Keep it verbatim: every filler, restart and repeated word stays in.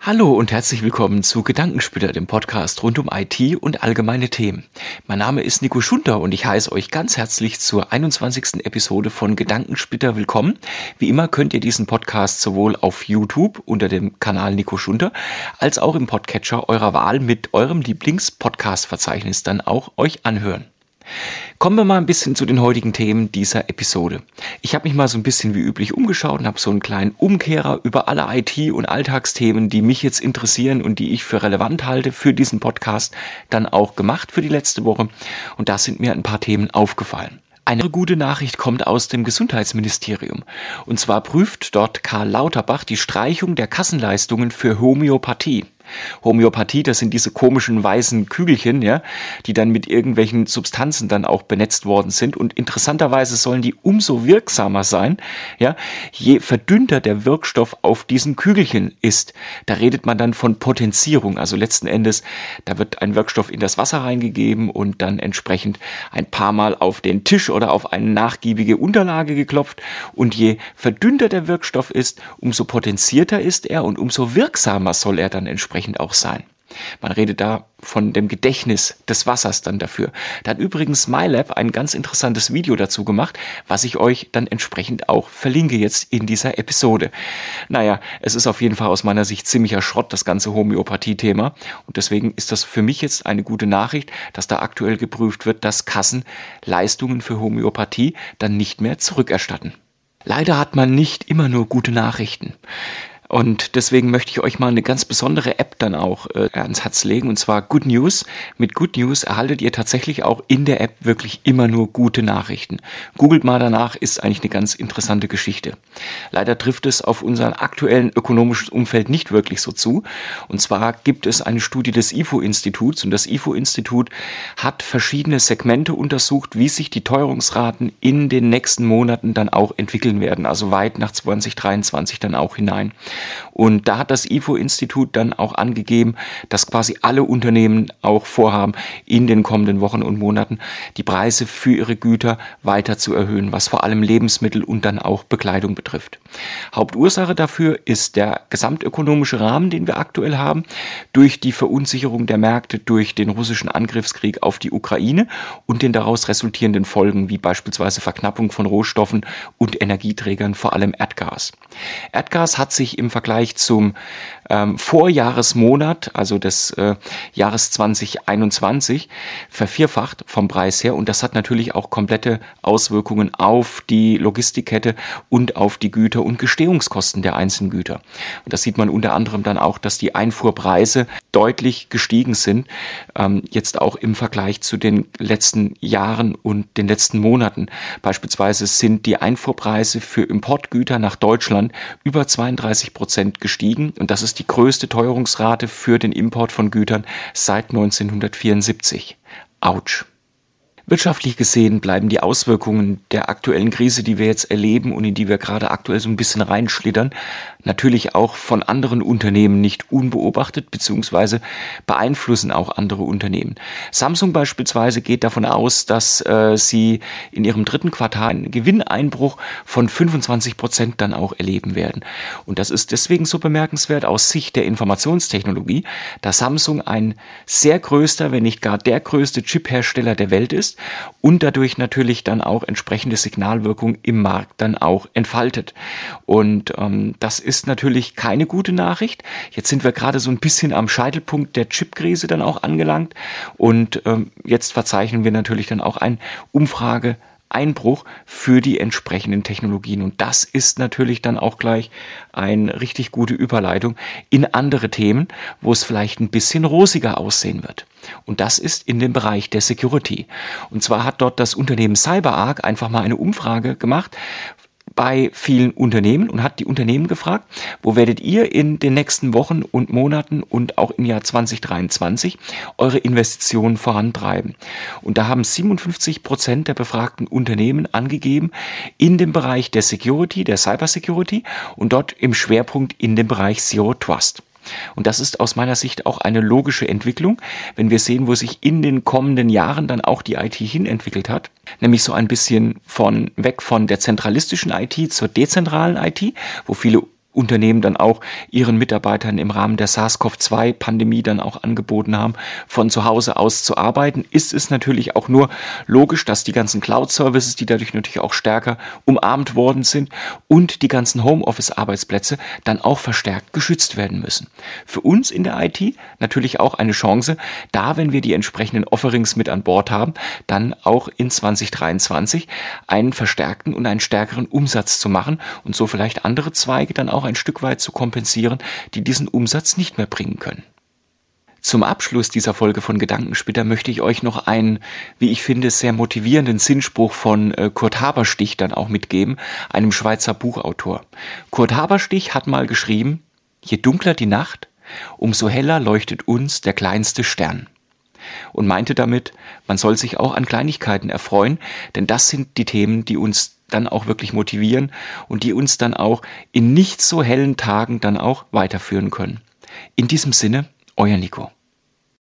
Hallo und herzlich willkommen zu Gedankensplitter, dem Podcast rund um I T und allgemeine Themen. Mein Name ist Nico Schunter und ich heiße euch ganz herzlich zur einundzwanzigsten Episode von Gedankensplitter willkommen. Wie immer könnt ihr diesen Podcast sowohl auf YouTube unter dem Kanal Nico Schunter als auch im Podcatcher eurer Wahl mit eurem Lieblings-Podcast-Verzeichnis dann auch euch anhören. Kommen wir mal ein bisschen zu den heutigen Themen dieser Episode. Ich habe mich mal so ein bisschen wie üblich umgeschaut und habe so einen kleinen Umkehrer über alle I T- und Alltagsthemen, die mich jetzt interessieren und die ich für relevant halte für diesen Podcast, dann auch gemacht für die letzte Woche. Und da sind mir ein paar Themen aufgefallen. Eine gute Nachricht kommt aus dem Gesundheitsministerium. Und zwar prüft dort Karl Lauterbach die Streichung der Kassenleistungen für Homöopathie. Homöopathie, das sind diese komischen weißen Kügelchen, ja, die dann mit irgendwelchen Substanzen dann auch benetzt worden sind. Und interessanterweise sollen die umso wirksamer sein, ja, je verdünnter der Wirkstoff auf diesen Kügelchen ist. Da redet man dann von Potenzierung. Also letzten Endes, da wird ein Wirkstoff in das Wasser reingegeben und dann entsprechend ein paar Mal auf den Tisch oder auf eine nachgiebige Unterlage geklopft. Und je verdünnter der Wirkstoff ist, umso potenzierter ist er und umso wirksamer soll er dann entsprechend auch sein. Man redet da von dem Gedächtnis des Wassers dann dafür. Da hat übrigens MyLab ein ganz interessantes Video dazu gemacht, was ich euch dann entsprechend auch verlinke jetzt in dieser Episode. Naja, es ist auf jeden Fall aus meiner Sicht ziemlicher Schrott, das ganze Homöopathie-Thema. Und deswegen ist das für mich jetzt eine gute Nachricht, dass da aktuell geprüft wird, dass Kassen Leistungen für Homöopathie dann nicht mehr zurückerstatten. Leider hat man nicht immer nur gute Nachrichten. Und deswegen möchte ich euch mal eine ganz besondere App dann auch äh, ans Herz legen, und zwar Good News. Mit Good News erhaltet ihr tatsächlich auch in der App wirklich immer nur gute Nachrichten. Googelt mal danach, ist eigentlich eine ganz interessante Geschichte. Leider trifft es auf unser aktuellen ökonomisches Umfeld nicht wirklich so zu. Und zwar gibt es eine Studie des I F O-Instituts, und das I F O-Institut hat verschiedene Segmente untersucht, wie sich die Teuerungsraten in den nächsten Monaten dann auch entwickeln werden, also weit nach zwanzig dreiundzwanzig dann auch hinein. Und da hat das I F O-Institut dann auch angegeben, dass quasi alle Unternehmen auch vorhaben, in den kommenden Wochen und Monaten die Preise für ihre Güter weiter zu erhöhen, was vor allem Lebensmittel und dann auch Bekleidung betrifft. Hauptursache dafür ist der gesamtökonomische Rahmen, den wir aktuell haben, durch die Verunsicherung der Märkte durch den russischen Angriffskrieg auf die Ukraine und den daraus resultierenden Folgen, wie beispielsweise Verknappung von Rohstoffen und Energieträgern, vor allem Erdgas. Erdgas hat sich im Vergleich zum ähm, Vorjahresmonat, also des äh, Jahres zwanzig einundzwanzig, vervierfacht vom Preis her, und das hat natürlich auch komplette Auswirkungen auf die Logistikkette und auf die Güter- und Gestehungskosten der einzelnen Güter. Und das sieht man unter anderem dann auch, dass die Einfuhrpreise deutlich gestiegen sind, ähm, jetzt auch im Vergleich zu den letzten Jahren und den letzten Monaten. Beispielsweise sind die Einfuhrpreise für Importgüter nach Deutschland über zweiunddreißig Prozent gestiegen, und das ist die größte Teuerungsrate für den Import von Gütern seit neunzehnhundertvierundsiebzig. Autsch. Wirtschaftlich gesehen bleiben die Auswirkungen der aktuellen Krise, die wir jetzt erleben und in die wir gerade aktuell so ein bisschen reinschlittern, natürlich auch von anderen Unternehmen nicht unbeobachtet, beziehungsweise beeinflussen auch andere Unternehmen. Samsung beispielsweise geht davon aus, dass äh, sie in ihrem dritten Quartal einen Gewinneinbruch von fünfundzwanzig Prozent dann auch erleben werden. Und das ist deswegen so bemerkenswert aus Sicht der Informationstechnologie, da Samsung ein sehr größter, wenn nicht gar der größte Chip-Hersteller der Welt ist und dadurch natürlich dann auch entsprechende Signalwirkung im Markt dann auch entfaltet. Und ähm, das ist natürlich keine gute Nachricht. Jetzt sind wir gerade so ein bisschen am Scheitelpunkt der Chipkrise dann auch angelangt, und ähm, jetzt verzeichnen wir natürlich dann auch einen Umfrageeinbruch für die entsprechenden Technologien. Und das ist natürlich dann auch gleich eine richtig gute Überleitung in andere Themen, wo es vielleicht ein bisschen rosiger aussehen wird. Und das ist in dem Bereich der Security. Und zwar hat dort das Unternehmen CyberArk einfach mal eine Umfrage gemacht bei vielen Unternehmen und hat die Unternehmen gefragt, wo werdet ihr in den nächsten Wochen und Monaten und auch im Jahr zwanzig dreiundzwanzig eure Investitionen vorantreiben. Und da haben siebenundfünfzig Prozent der befragten Unternehmen angegeben, in dem Bereich der Security, der Cybersecurity, und dort im Schwerpunkt in dem Bereich Zero Trust. Und das ist aus meiner Sicht auch eine logische Entwicklung, wenn wir sehen, wo sich in den kommenden Jahren dann auch die I T hin entwickelt hat. Nämlich so ein bisschen von weg von der zentralistischen I T zur dezentralen I T, wo viele Unternehmen dann auch ihren Mitarbeitern im Rahmen der SARS-C o V zwei Pandemie dann auch angeboten haben, von zu Hause aus zu arbeiten, ist es natürlich auch nur logisch, dass die ganzen Cloud-Services, die dadurch natürlich auch stärker umarmt worden sind und die ganzen Homeoffice-Arbeitsplätze dann auch verstärkt geschützt werden müssen. Für uns in der I T natürlich auch eine Chance, da, wenn wir die entsprechenden Offerings mit an Bord haben, dann auch in zwanzig dreiundzwanzig einen verstärkten und einen stärkeren Umsatz zu machen und so vielleicht andere Zweige dann auch ein Stück weit zu kompensieren, die diesen Umsatz nicht mehr bringen können. Zum Abschluss dieser Folge von Gedankenspitter möchte ich euch noch einen, wie ich finde, sehr motivierenden Sinnspruch von Kurt Haberstich dann auch mitgeben, einem Schweizer Buchautor. Kurt Haberstich hat mal geschrieben: Je dunkler die Nacht, umso heller leuchtet uns der kleinste Stern. Und meinte damit, man soll sich auch an Kleinigkeiten erfreuen, denn das sind die Themen, die uns dann auch wirklich motivieren und die uns dann auch in nicht so hellen Tagen dann auch weiterführen können. In diesem Sinne, euer Nico.